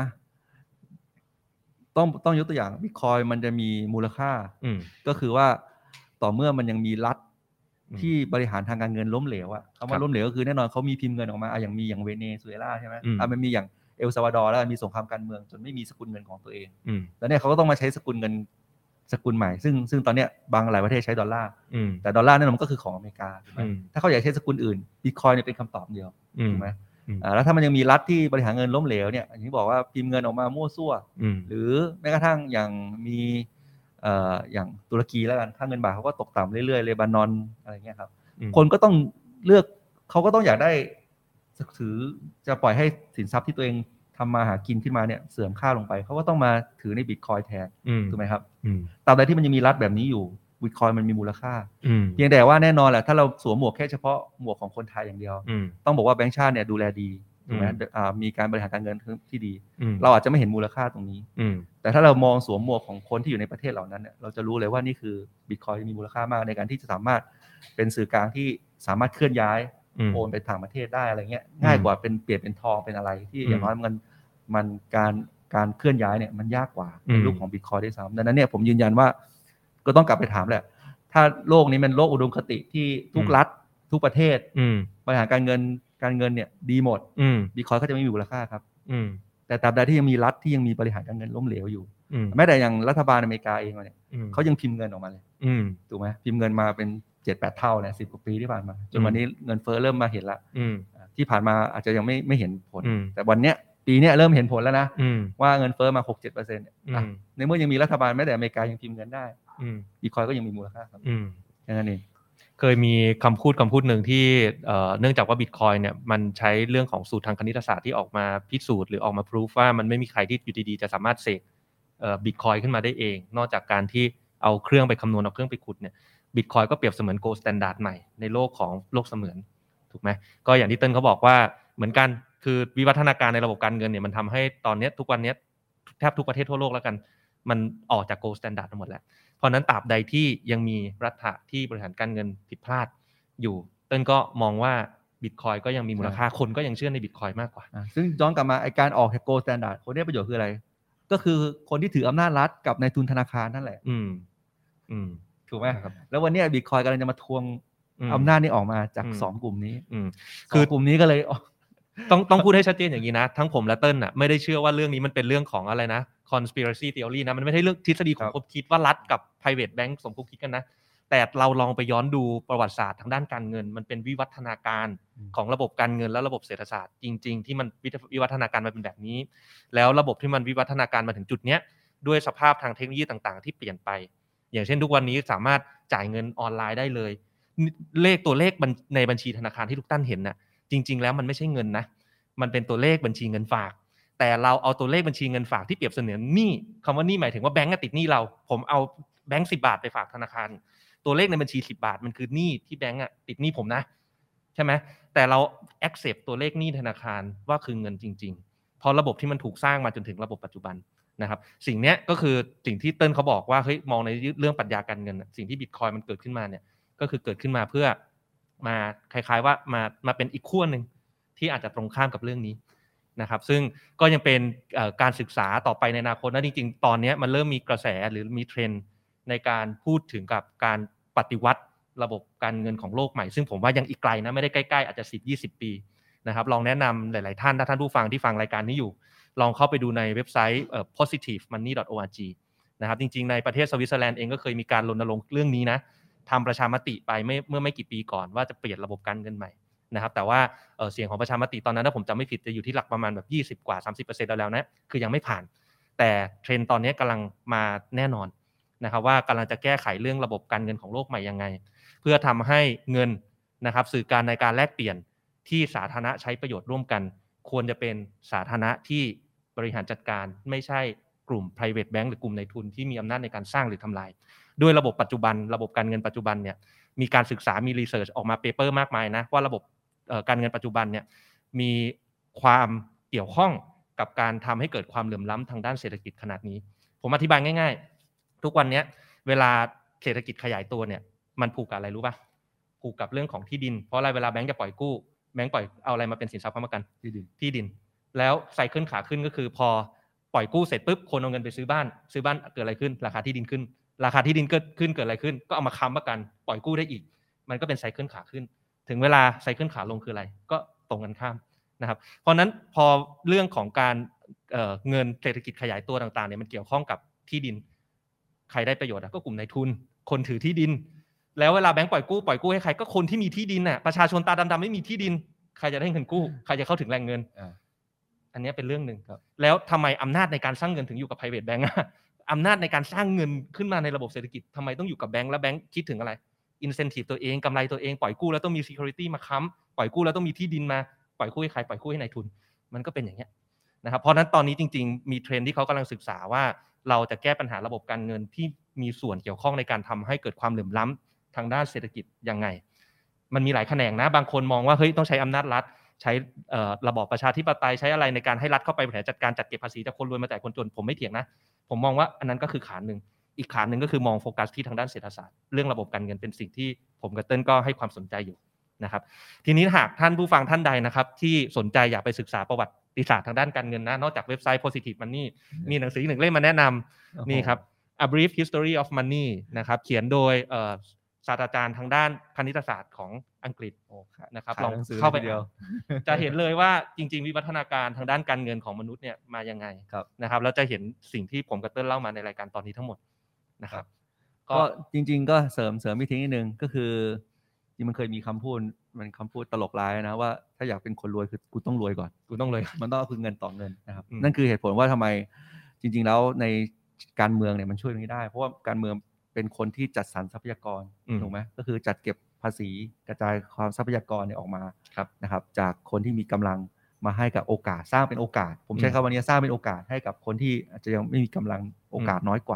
Speaker 2: ต้องต้องยกตัวอย่างบิตคอยน์มันจะมีมูลค่าก็คือว่าต่อเมื่อมันยังมีรัฐที่บริหารทางการเงินล้มเหลวอะคำว่าล้มเหลวก็คือแน่นอนเขามีพิมพ์เงินออกมาอย่างมีอย่างเวเนซุเอลาใช่ไหมอ่ะมันมีอย่างเอลซัลวาดอร์แล้วมีสงครามการเมืองจนไม่มีสกุลเงินของตัวเองแล้วเนี่ยเขาก็ต้องมาใช้สกุลเงินสกุลใหม่ซึ่งซึ่งตอนเนี้ยบางหลายประเทศใช้ดอลลาร์แต่ดอลลาร์นั่นมันก็คือของอเมริกาถูกไหมถ้าเขาอยากใช้สกุลอื่นบิตคอยน์เนี่ยเป็นคำตอบเดียวถูกไหมแล้วถ้ามันยังมีรัฐที่บริหารเงินล้มเหลวเนี่ยอย่างที่บอกว่าพิมพ์เงินออกมามั่วซั่วหรือแม้กระทั่งอย่างมีอย่างตุรกีแล้วกันค่าเงินบาทเขาก็ตกต่ำเรื่อยๆเลบานอนอะไรเงี้ยครับคนก็ต้องเลือกเขาก็ต้องอยากได้ถือจะปล่อยให้สินทรัพย์ที่ตัวเองทำมาหากินขึ้นมาเนี่ยเสื่อมค่าลงไปเขาก็ต้องมาถือในบิตคอยน์แทนถูกไหมครับตราบใดที่มันยังมีรัฐแบบนี้อยู่บิตคอยน์มันมีมูลค่าเพียงแต่ว่าแน่นอนแหละถ้าเราสวมหมวกแค่เฉพาะหมวกของคนไทยอย่างเดียวต้องบอกว่าแบงก์ชาติเนี่ยดูแลดีถูกไหมมีการบริหารการเงินที่ดีเราอาจจะไม่เห็นมูลค่าตรงนี้แต่ถ้าเรามองสวมหมวกของคนที่อยู่ในประเทศเหล่านั้นเนี่ยเราจะรู้เลยว่านี่คือบิตคอยน์มีมูลค่ามากในการที่จะสามารถเป็นสื่อกลางที่สามารถเคลื่อนย้ายโอนไปต่างประเทศได้อะไรเงี้ยง่ายกว่าเป็นเปลี่ยนเป็นทองเป็นอะไรที่อย่างน้อยมันมันการการเคลื่อนย้ายเนี่ยมันยากกว่าในรูปของบิตคอยน์ด้วยซ้ำดังนั้นเนี่ยผมยืนยันว่าก็ต้องกลับไปถามแหละถ้าโลกนี้เป็นโลกอุดมคติที่ทุกรัฐทุกประเทศบริหารการเงินการเงินเนี่ยดีหมดบิตคอยน์ก็จะไม่มีมูลค่าครับแต่ตราบใดที่ยังมีรัฐที่ยังมีบริหารการเงินล้มเหลวอยู่แม้แต่อย่างรัฐบาลอเมริกาเองเนี่ยเขายังพิมพ์เงินออกมาเลยถูกไหมพิมพ์เงินมาเป็นเจ็ดแปดเท่าเนี่ยสิบกว่าปีที่ผ่านมาจนวันนี้เงินเฟ้อเริ่มมาเห็นละที่ผ่านมาอาจจะยังไม่ไม่เห็นผลแต่วันเนี้ยปีนี้เริ่มเห็นผลแล้วนะว่าเงินเฟ้อมา หกถึงเจ็ดเปอร์เซ็นต์ เนี่ยในเมื่อยังมีรัฐบาลแม้แต่อเมริกายังพิมพ์เงินได้บิตคอยน์ก็ยังมีมูลค่าครับแค่นั้นเอง
Speaker 1: เคยมีคำพูดคำพูดหนึ่งที่เนื่องจากว่าบิตคอยน์เนี่ยมันใช้เรื่องของสูตรทางคณิตศาสตร์ที่ออกมาพิสูจน์หรือออกมาพิสูจว่ามันไม่มีใครที่อยู่ดีๆจะสามารถเสกบิตคอยน์ขึ้นมาได้เองนอกจากการที่เอาเครื่องไปคำนวณเอาเครื่องไปขุดเนี่ย Bitcoin ก็เปรียบเสมือน gold standard ใหม่ในโลกของโลกเสมือนถูกไหมก็อย่างที่เติ้ลเขาบอกว่าเหมือนกันคือวิวัฒนาการในระบบการเงินเนี่ยมันทำให้ตอนนี้ทุกวันนี้แทบทุกประเทศทั่วโลกแล้วกันมันออกจาก gold standard ทั้งหมดแล้วเพราะนั้นตราบใดที่ยังมีรัฐะที่บริหารการเงินผิดพลาดอยู่เติ้ลก็มองว่า Bitcoin ก็ยังมีมูลค่าคนก็ยังเชื่อใน Bitcoin มากกว่า
Speaker 2: ซึ่งย้อนกลับมาไอ้การออกจาก gold standard คนได้ประโยชน์คืออะไรก็คือคนที่ถืออำนาจรัฐกับนายทุนธนาคารนั่นแหละ
Speaker 1: อืมอืม
Speaker 2: ถูกไหมครับแล้ววันนี้ Bitcoin กำลังจะมาทวงอำนาจนี้ออกมาจากสองกลุ่มนี้คือกลุ่มนี้ก็เลย
Speaker 1: ต้องต้องพูดให้ชัดเจนอย่างนี้นะทั้งผมและเติ้ลน่ะไม่ได้เชื่อว่าเรื่องนี้มันเป็นเรื่องของอะไรนะ conspiracy theory นะมันไม่ใช่เรื่องทฤษฎีของคบคิดว่ารัฐกับ private bank สมคบคิดกันนะแต่เราลองไปย้อนดูประวัติศาสตร์ทางด้านการเงินมันเป็นวิวัฒนาการของระบบการเงินและระบบเศรษฐศาสตร์จริงๆที่มันวิวัฒนาการมาเป็นแบบนี้แล้วระบบที่มันวิวัฒนาการมาถึงจุดเนี้ยด้วยสภาพทางเทคโนโลยีต่างๆที่เปลี่ยนไปอย่างเช่นทุกวันนี้สามารถจ่ายเงินออนไลน์ได้เลยเลขตัวเลขในบัญชีธนาคารที่ทุกท่านเห็นน่ะจริงๆแล้วมันไม่ใช่เงินนะมันเป็นตัวเลขบัญชีเงินฝากแต่เราเอาตัวเลขบัญชีเงินฝากที่เปรียบเสมือนหนี้คำว่าหนี้หมายถึงว่าแบงก์ติดหนี้เราผมเอาแบงก์สิบบาทไปฝากธนาคารตัวเลขในบัญชีสิบบาทมันคือหนี้ที่แบงก์ติดหนี้ผมนะใช่ไหมแต่เรา accept ตัวเลขหนี้ธนาคารว่าคือเงินจริงๆเพราะระบบที่มันถูกสร้างมาจนถึงระบบปัจจุบันนะครับสิ่งนี้ก็คือสิ่งที่เติ้ลเขาบอกว่าเฮ้ยมองในเรื่องปรัชญาการเงินสิ่งที่ Bitcoin มันเกิดขึ้นมาเนี่ยก็คือเกิดขึ้นมาเพื่อมาคล้ายๆว่ามามาเป็นอีกขั้วนึงที่อาจจะตรงข้ามกับเรื่องนี้นะครับซึ่งก็ยังเป็นการศึกษาต่อไปในอนาคตนะจริงๆตอนนี้มันเริ่มมีกระแสหรือมีเทรนด์ในการพูดถึงกับการปฏิวัติระบบการเงินของโลกใหม่ซึ่งผมว่ายังอีกไกลนะไม่ได้ใกล้ๆอาจจะ สิบถึงยี่สิบ ปีนะครับลองแนะนำหลายๆท่านถ้าท่านผู้ฟังที่ฟังรายการนี้อยู่ลองเข้าไปดูในเว็บไซต์ positive money dot org นะครับจริงๆในประเทศสวิตเซอร์แลนด์เองก็เคยมีการรณรงค์เรื่องนี้นะทำประชามติไปเมื่อไม่กี่ปีก่อนว่าจะเปลี่ยนระบบการเงินใหม่นะครับแต่ว่าเอ่อเสียงของประชามติตอนนั้นถ้าผมจำไม่ผิดจะอยู่ที่หลักประมาณแบบยี่สิบกว่า สามสิบเปอร์เซ็นต์ แล้วนะคือยังไม่ผ่านแต่เทรนด์ตอนนี้กำลังมาแน่นอนนะครับว่ากำลังจะแก้ไขเรื่องระบบการเงินของโลกใหม่ยังไงเพื่อทำให้เงินนะครับสื่อการในการแลกเปลี่ยนที่สาธารณะใช้ประโยชน์ร่วมกันควรจะเป็นสาธารณะที่บริหารจัดการไม่ใช่กลุ่ม private bank หรือกลุ่มนายทุนที่มีอำนาจในการสร้างหรือทำลายด้วยระบบปัจจุบันระบบการเงินปัจจุบันเนี่ยมีการศึกษามีรีเสิร์ชออกมาเปเปอร์มากมายนะว่าระบบการเงินปัจจุบันเนี่ยมีความเกี่ยวข้องกับการทำให้เกิดความเหลื่อมล้ำทางด้านเศรษฐกิจขนาดนี้ผมอธิบายง่ายๆทุกวันนี้เวลาเศรษฐกิจขยายตัวเนี่ยมันผูกกับอะไรรู้ป่ะผูกกับเรื่องของที่ดินเพราะอะไรเวลาแบงก์จะปล่อยกู้แบงก์ปล่อยเอาอะไรมาเป็นสินทรัพย์ค้ำประกันที่ดินที่ดินแล้วไซเคิลขาขึ้นก็คือพอปล่อยกู้เสร็จปุ๊บคนเอาเงินไปซื้อบ้านซื้อบ้านเกิดอะไรขึ้นราคาที่ดินขึ้นราคาที่ดินเกิดขึ้นเกิดอะไรขึ้นก็เอามาค้ำประกันปล่อยกู้ได้อีกมันก็เป็นไซเคิลขาขึ้นถึงเวลาไซเคิลขาลงคืออะไรก็ตรงกันข้ามนะครับเพราะนั้นพอเรื่องของการ เอ่อ เงินเศรษฐกิจขยายตัวต่างๆเนี่ยมันเกี่ยวข้องกับที่ดินใครได้ประโยชน์ก็กลุ่มนายทุนคนถือที่ดินแล้วเวลาแบงก์ปล่อยกู้ปล่อยกู้ให้ใครก็คนที่มีที่ดินน่ะประชาชนตาดำๆไม่มีที่ดินใครจะได้เงินกู้ใครจะเข้าถึงแหล่งเงินอันนี้เป็นเรื่องนึงแล้วทำไมอำนาจในการสร้างเงินถึงอยู่กับ private bank อำนาจในการสร้างเงินขึ้นมาในระบบเศรษฐกิจทำไมต้องอยู่กับแบงก์และแบงก์คิดถึงอะไรincentive ตัวเองกำไรตัวเองปล่อยกู้แล้วต้องมี security มาค้ำปล่อยกู้แล้วต้องมีที่ดินมาปล่อยกู้ให้ใครปล่อยกู้ให้นายทุนมันก็เป็นอย่างเงี้ยนะครับเพราะนั้นตอนนี้จริงๆมีเทรนด์ที่เขากำลังศึกษาว่าเราจะแก้ปัญหาระบบการเงินที่มีส่วนเกี่ยวข้องในการทำให้เกิดความเหลื่อมล้ำทางด้านเศรษฐกิจยังไงมันมีหลายแขนงนะบางคนมองว่าเฮ้ยต้องใช้อำนาจรัฐใช้ระบอบประชาธิปไตยใช้อะไรในการให้รัฐเข้าไปบริหารจัดการจัดเก็บภาษีจากคนรวยมาจ่ายคนจนผมไม่เถียงนะผมมองว่าอันนั้นก็คือขาหนึ่งอีกขาหนึ่งก็คือมองโฟกัสที่ทางด้านเศรษฐศาสตร์เรื่องระบบการเงินเป็นสิ่งที่ผมกับเติ้ลก็ให้ความสนใจอยู่นะครับทีนี้หากท่านผู้ฟังท่านใดนะครับที่สนใจอยากไปศึกษาประวัติศาสตร์ทางด้านการเงินนะนอกจากเว็บไซต์ Positive Money มีหนังสือหนึ่งเล่มมาแนะนำนี่ครับ A Brief History of Money นะครับเขียนโดยศาสตราจารย์ทางด้านคณิตศาสตร์ของอังกฤษนะครับลองเข้าไปเดียวจะเห็นเลยว่าจริงๆวิวัฒนาการทางด้านการเงินของมนุษย์เนี่ยมายังไงนะครับแล้วจะเห็นสิ่งที่ผมกับเติ้ลเล่ามาในรายการตอนนี้ทั้งหมดนะครับ
Speaker 2: ก็จริงๆก็เสริมเสริมอีกทีนิดนึงก็คือจริงมันเคยมีคำพูดมันคำพูดตลกร้ายนะว่าถ้าอยากเป็นคนรวยคือกูต้องรวยก่อน
Speaker 1: กูต้องรวย
Speaker 2: มันต้องคือเงินต่อเงินนะครับนั่นคือเหตุผลว่าทำไมจริงๆแล้วในการเมืองเนี่ยมันช่วยไม่ได้เพราะว่าการเมืองเป็นคนที่จัดสรรทรัพยากรถูกไหมก็คือจัดเก็บภาษีกระจายความทรัพยากรเนี่ยออกมานะครับจากคนที่มีกำลังมาให้กับโอกาสสร้างเป็นโอกาสผมใช้คำว่านี้สร้างเป็นโอกาสให้กับคนที่อาจจะยังไม่มีกำลังโอกาสน้อยกว่า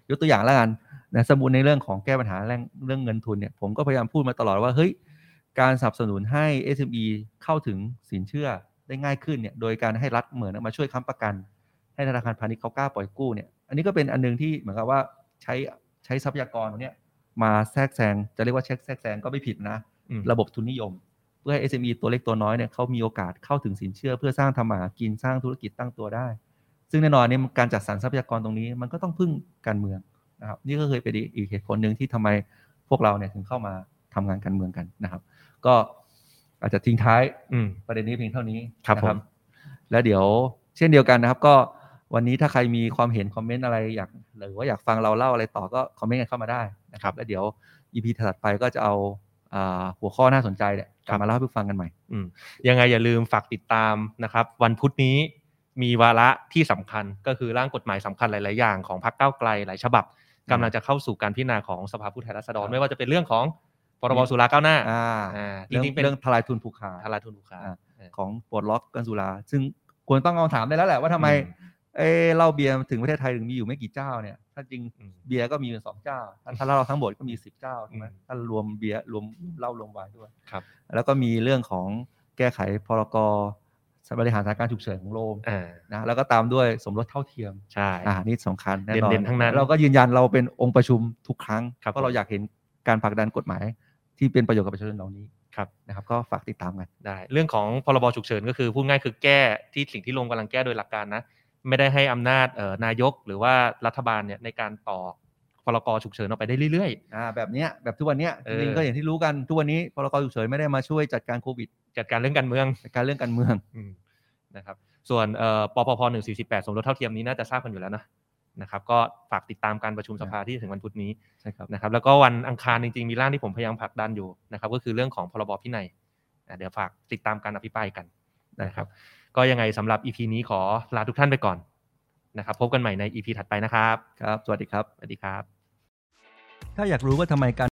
Speaker 2: ยกตัวอย่างแล้วกันนะสมมุติในเรื่องของแก้ปัญหาเรื่องเรื่องเงินทุนเนี่ยผมก็พยายามพูดมาตลอดว่าเฮ้ยการสนับสนุนให้ เอส เอ็ม อี เข้าถึงสินเชื่อได้ง่ายขึ้นเนี่ยโดยการให้รัฐเหมือนมาช่วยค้ำประกันให้ธนาคารพาณิชย์เขากล้าปล่อยกู้เนี่ยอันนี้ก็เป็นอันนึงที่เหมือนกับว่าใช้ใช้ทรัพยากรตรงนี้มาแทรกแซงจะเรียกว่าแทรกแซงก็ไม่ผิดนะระบบทุนนิยมเพื่อให้ เอส เอ็ม อี ตัวเล็กตัวน้อยเนี่ยเขามีโอกาสเข้าถึงสินเชื่อเพื่อสร้างทำมาหากินสร้างธุรกิจตั้งตัวได้ซึ่งแน่นอนเนี่ยการจัดสรรทรัพยากรตรงนี้มันก็ต้องพึ่งการเมืองนะครับนี่ก็เคยเป็นอีกเหตุผลหนึ่งที่ทำไมพวกเราเนี่ยถึงเข้ามาทำงานการเมืองกันนะครับก็อาจจะทิ้งท้ายประเด็นนี้เพียงเท่านี้นะครับแล้วเดี๋ยวเช่นเดียวกันนะครับก็วันนี้ถ้าใครมีความเห็นคอมเมนต์อะไรอยากหรือว่าอยากฟังเราเล่าอะไรต่อก็คอมเมนต์กันเข้ามาได้นะครับแล้วเดี๋ยว อี พี ถัดไปก็จะเอาหัวข้อน่าสนใจเนี่ยมาเล่าให้ผู้ฟังกันใหม่
Speaker 1: ยังไงอย่าลืมฝากติดตามนะครับวันพุธนี้มีวาระที่สำคัญก็คือร่างกฎหมายสำคัญหลายๆอย่างของพรรคก้าวไกลหลายฉบับกำลังจะเข้าสู่การพิจารณาของสภาผู้แทนราษฎรไม่ว่าจะเป็นเรื่องของพรบสุราก้าวหน้า
Speaker 2: จริงๆเป็นเรื่องทลายทุนผูกขาด
Speaker 1: ทลายทุนผูกขาด
Speaker 2: ของปลดล็อกกัญชาสุราซึ่งควรต้องเอาถามได้แล้วแหละว่าทำไมเออเหล้าเบียร์ถึงประเทศไทยถึงมีอยู่ไม่กี่เจ้าเนี่ยถ้าจริงเบียร์ก็มีอยู่สองเจ้าถ้าเราทั้งหมดก็มีสิบเจ้าใช่ไหมถ้ารวมเบียร์รวมเหล้ารวมไวน์ด้วยแล้วก็มีเรื่องของแก้ไขพรกบริหารสถานการณ์ฉุกเฉินของโรมนะแล้วก็ตามด้วยสมรสเท่าเทียม
Speaker 1: ใช่
Speaker 2: อ่านี่สำคัญแน่นอน
Speaker 1: เด่นๆทั้งนั้น
Speaker 2: เราก็ยืนยันเราเป็นองค์ประชุมทุกครั้งเพราะเราอยากเห็นการผลักดันกฎหมายที่เป็นประโยชน์กับประชาชนเหล่านี้นะครับก็ฝากติดตามกัน
Speaker 1: ได้เรื่องของพรบฉุกเฉินก็คือพูดง่ายคือแก้ที่สิ่งที่โรมกำลังแก้โดยหลักการนะไม่ได้ให้อำนาจนายกหรือว่ารัฐบาลเนี่ยในการต่อพรกฉุกเฉินออกไปได้เรื่อย
Speaker 2: ๆอ่าแบบเนี้ยแบบทุกวันเนี้ยจริงๆก็อย่างที่รู้กันทุกวันนี้พรกฉุกเฉินไม่ได้มาช่วยจัดการโควิด
Speaker 1: จัดการเรื่องการเมือง
Speaker 2: จัดการเรื่องการเมือง
Speaker 1: นะครับส่วนปปพหนึ่งสี่แปดสมรสเท่าเทียมนี้น่าจะทราบกันอยู่แล้วนะนะครับก็ฝากติดตามการประชุมสภาที่จะถึงวันพุธนี้
Speaker 2: ใช่ครับ
Speaker 1: นะครับแล้วก็วันอังคารจริงๆมีร่างที่ผมพยายามผลักดันอยู่นะครับก็คือเรื่องของพรบพินัยเดี๋ยวฝากติดตามการอภิปรายกันนะครับก็ยังไงสำหรับ อี พี นี้ขอลาทุกท่านไปก่อนนะครับพบกันใหม่ใน อี พี ถัดไปนะครับ
Speaker 2: ครับสวัสดีครับ
Speaker 1: สวัสดีครับ
Speaker 2: ถ้าอยากรู้ว่าทำไมการ